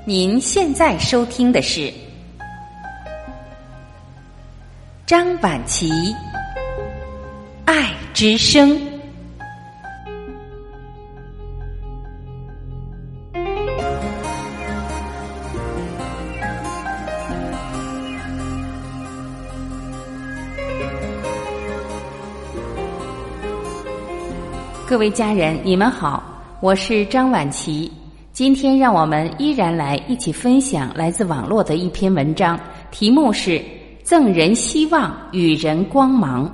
您现在收听的是张晚琪《爱之声》。各位家人，你们好，我是张晚琪。今天让我们依然来一起分享来自网络的一篇文章，题目是赠人希望，与人光芒。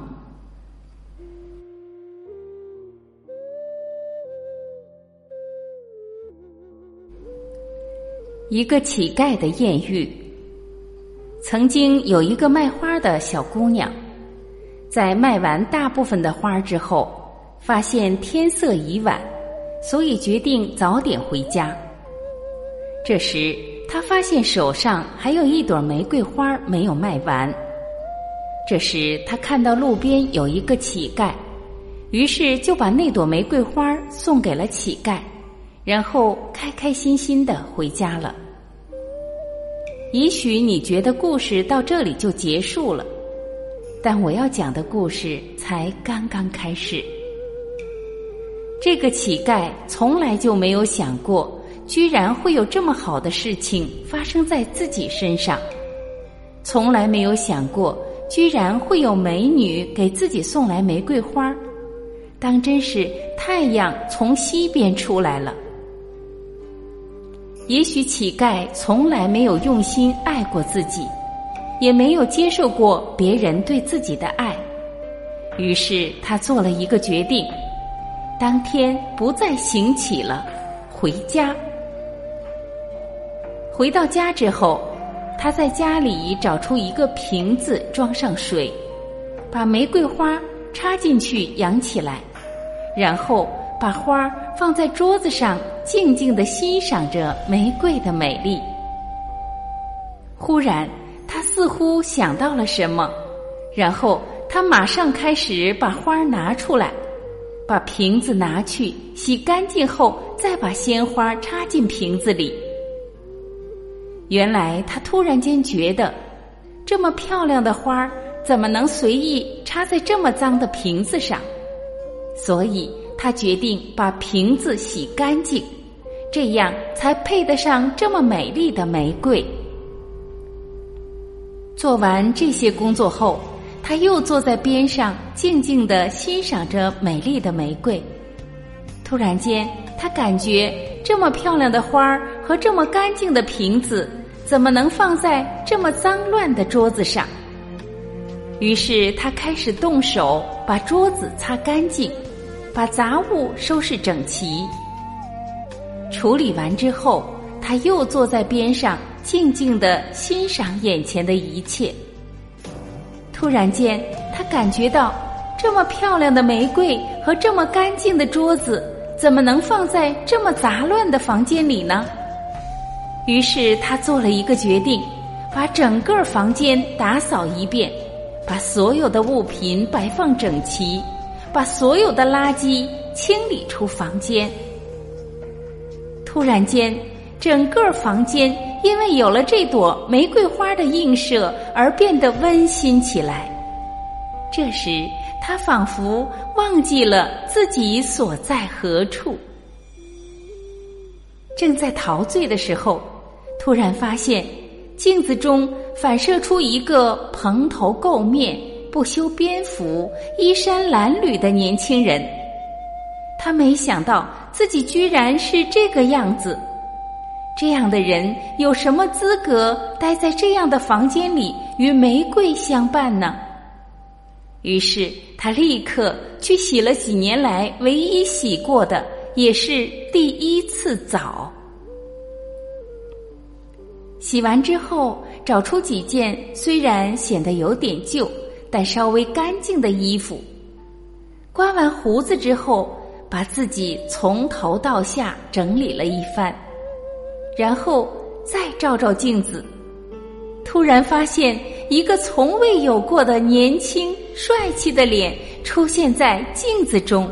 一个乞丐的艳遇。曾经有一个卖花的小姑娘，在卖完大部分的花之后，发现天色已晚，所以决定早点回家。这时他发现手上还有一朵玫瑰花没有卖完。这时他看到路边有一个乞丐，于是就把那朵玫瑰花送给了乞丐，然后开开心心地回家了。也许你觉得故事到这里就结束了，但我要讲的故事才刚刚开始。这个乞丐从来就没有想过，居然会有这么好的事情发生在自己身上，从来没有想过，居然会有美女给自己送来玫瑰花，当真是太阳从西边出来了。也许乞丐从来没有用心爱过自己，也没有接受过别人对自己的爱，于是他做了一个决定，当天不再行乞了，回家。回到家之后，他在家里找出一个瓶子，装上水，把玫瑰花插进去养起来，然后把花放在桌子上，静静地欣赏着玫瑰的美丽。忽然他似乎想到了什么，然后他马上开始把花拿出来，把瓶子拿去洗干净后，再把鲜花插进瓶子里。原来他突然间觉得，这么漂亮的花怎么能随意插在这么脏的瓶子上，所以他决定把瓶子洗干净，这样才配得上这么美丽的玫瑰。做完这些工作后，他又坐在边上静静地欣赏着美丽的玫瑰。突然间他感觉这么漂亮的花和这么干净的瓶子怎么能放在这么脏乱的桌子上，于是他开始动手把桌子擦干净，把杂物收拾整齐。处理完之后，他又坐在边上静静地欣赏眼前的一切。突然间他感觉到，这么漂亮的玫瑰和这么干净的桌子怎么能放在这么杂乱的房间里呢？于是他做了一个决定，把整个房间打扫一遍，把所有的物品摆放整齐，把所有的垃圾清理出房间。突然间整个房间因为有了这朵玫瑰花的映射而变得温馨起来。这时他仿佛忘记了自己所在何处。正在陶醉的时候，突然发现镜子中反射出一个蓬头垢面、不修边幅、衣衫褴褛的年轻人。他没想到自己居然是这个样子，这样的人有什么资格待在这样的房间里与玫瑰相伴呢？于是他立刻去洗了几年来唯一洗过的，也是第一次澡。洗完之后，找出几件虽然显得有点旧，但稍微干净的衣服。刮完胡子之后，把自己从头到下整理了一番，然后再照照镜子，突然发现一个从未有过的年轻帅气的脸出现在镜子中。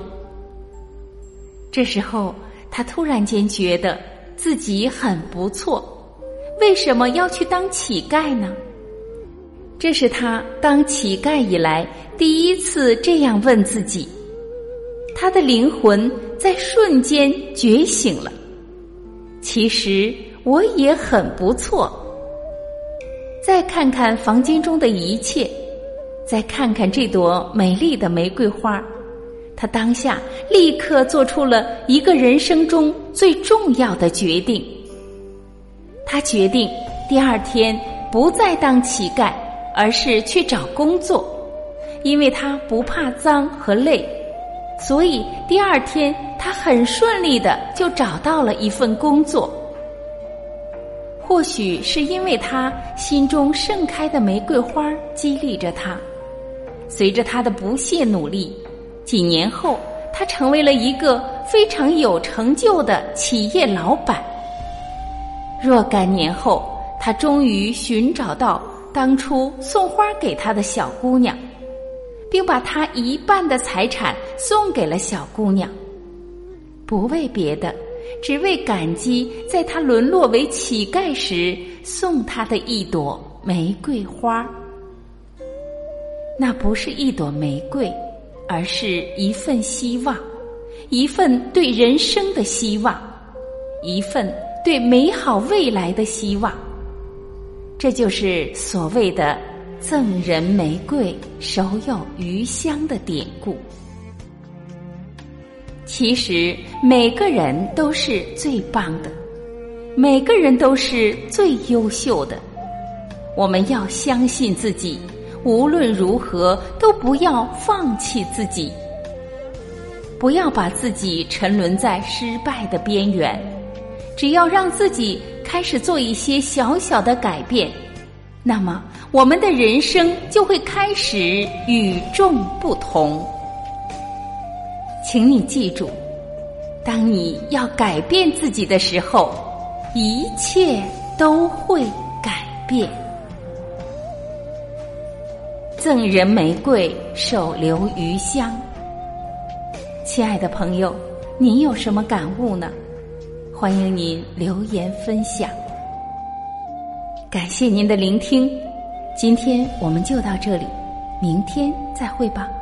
这时候他突然间觉得自己很不错， 为什么要去当乞丐呢？这是他当乞丐以来第一次这样问自己。他的灵魂在瞬间觉醒了。其实我也很不错。再看看房间中的一切，再看看这朵美丽的玫瑰花，他当下立刻做出了一个人生中最重要的决定。他决定第二天不再当乞丐，而是去找工作，因为他不怕脏和累，所以第二天他很顺利的就找到了一份工作。或许是因为他心中盛开的玫瑰花激励着他，随着他的不懈努力，几年后他成为了一个非常有成就的企业老板。若干年后，他终于寻找到当初送花给他的小姑娘，并把他一半的财产送给了小姑娘，不为别的，只为感激在他沦落为乞丐时送他的一朵玫瑰花。那不是一朵玫瑰，而是一份希望，一份对人生的希望，一份对美好未来的希望。这就是所谓的赠人玫瑰，手有余香的典故。其实每个人都是最棒的，每个人都是最优秀的。我们要相信自己，无论如何都不要放弃自己，不要把自己沉沦在失败的边缘。只要让自己开始做一些小小的改变，那么我们的人生就会开始与众不同。请你记住，当你要改变自己的时候，一切都会改变。赠人玫瑰，手留余香。亲爱的朋友，您有什么感悟呢？欢迎您留言分享。感谢您的聆听，今天我们就到这里，明天再会吧。